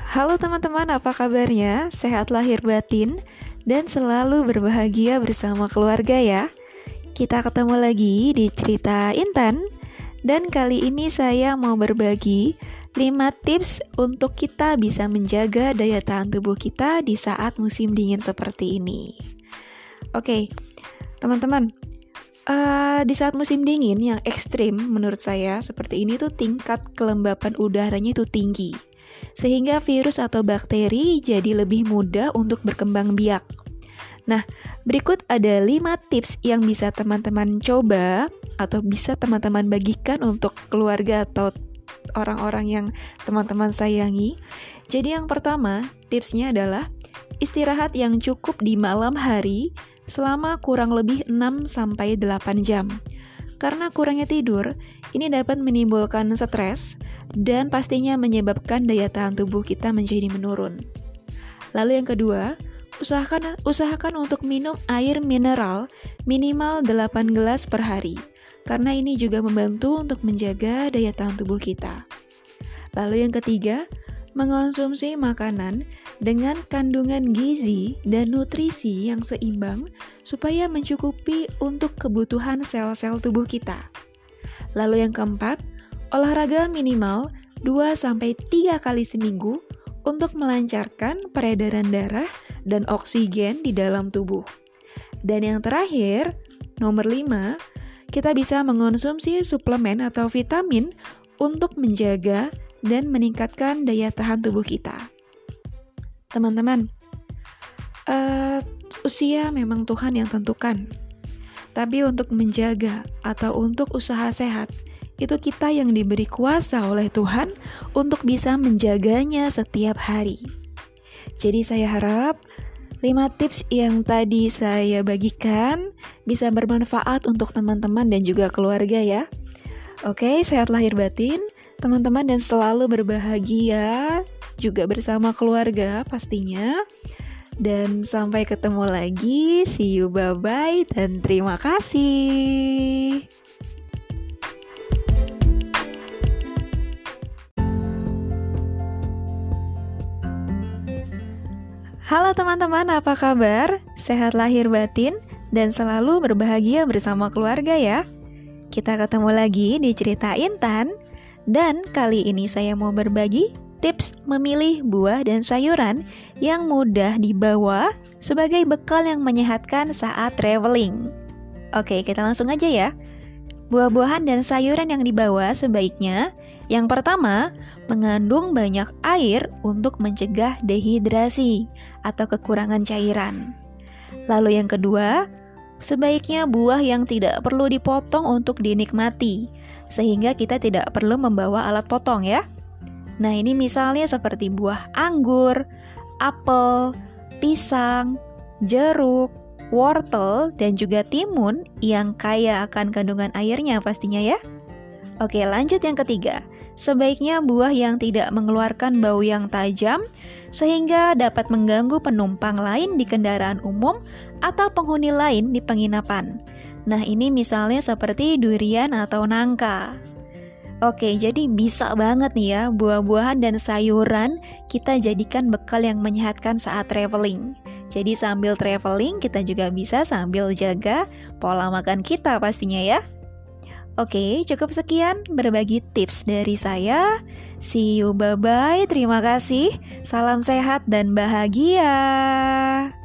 Halo teman-teman, apa kabarnya? Sehat lahir batin dan selalu berbahagia bersama keluarga ya. Kita ketemu lagi di cerita Intan. Dan kali ini saya mau berbagi 5 tips untuk kita bisa menjaga daya tahan tubuh kita di saat musim dingin seperti ini. Oke, teman-teman, di saat musim dingin yang ekstrim menurut saya seperti ini tuh tingkat kelembapan udaranya itu tinggi, sehingga virus atau bakteri jadi lebih mudah untuk berkembang biak. Nah, berikut ada 5 tips yang bisa teman-teman coba atau bisa teman-teman bagikan untuk keluarga atau orang-orang yang teman-teman sayangi. Jadi yang pertama, tipsnya adalah istirahat yang cukup di malam hari selama kurang lebih 6-8 jam. Karena kurangnya tidur, ini dapat menimbulkan stres dan pastinya menyebabkan daya tahan tubuh kita menjadi menurun. Lalu yang kedua, usahakan untuk minum air mineral minimal 8 gelas per hari, karena ini juga membantu untuk menjaga daya tahan tubuh kita. Lalu yang ketiga, mengonsumsi makanan dengan kandungan gizi dan nutrisi yang seimbang supaya mencukupi untuk kebutuhan sel-sel tubuh kita. Lalu yang keempat, olahraga minimal 2-3 kali seminggu untuk melancarkan peredaran darah dan oksigen di dalam tubuh. Dan yang terakhir, nomor 5, kita bisa mengonsumsi suplemen atau vitamin untuk menjaga dan meningkatkan daya tahan tubuh kita. Teman-teman, usia memang Tuhan yang tentukan. Tapi untuk menjaga atau untuk usaha sehat, itu kita yang diberi kuasa oleh Tuhan untuk bisa menjaganya setiap hari. Jadi saya harap 5 tips yang tadi saya bagikan bisa bermanfaat untuk teman-teman dan juga keluarga ya. Oke, sehat lahir batin teman-teman dan selalu berbahagia juga bersama keluarga pastinya. Dan sampai ketemu lagi, see you, bye-bye, dan terima kasih. Halo teman-teman, apa kabar? Sehat lahir batin dan selalu berbahagia bersama keluarga ya. Kita ketemu lagi di cerita Intan. Dan kali ini saya mau berbagi tips memilih buah dan sayuran yang mudah dibawa sebagai bekal yang menyehatkan saat traveling. Oke, kita langsung aja ya. Buah-buahan dan sayuran yang dibawa sebaiknya, yang pertama, mengandung banyak air untuk mencegah dehidrasi atau kekurangan cairan. Lalu yang kedua, sebaiknya buah yang tidak perlu dipotong untuk dinikmati, sehingga kita tidak perlu membawa alat potong ya. Nah ini misalnya seperti buah anggur, apel, pisang, jeruk, wortel, dan juga timun yang kaya akan kandungan airnya pastinya ya. Oke, lanjut yang ketiga. Sebaiknya buah yang tidak mengeluarkan bau yang tajam sehingga dapat mengganggu penumpang lain di kendaraan umum atau penghuni lain di penginapan. Nah, ini misalnya seperti durian atau nangka. Oke, jadi bisa banget nih ya buah-buahan dan sayuran kita jadikan bekal yang menyehatkan saat traveling. Jadi sambil traveling kita juga bisa sambil jaga pola makan kita pastinya ya. Oke, cukup sekian berbagi tips dari saya. See you, bye-bye, terima kasih. Salam sehat dan bahagia.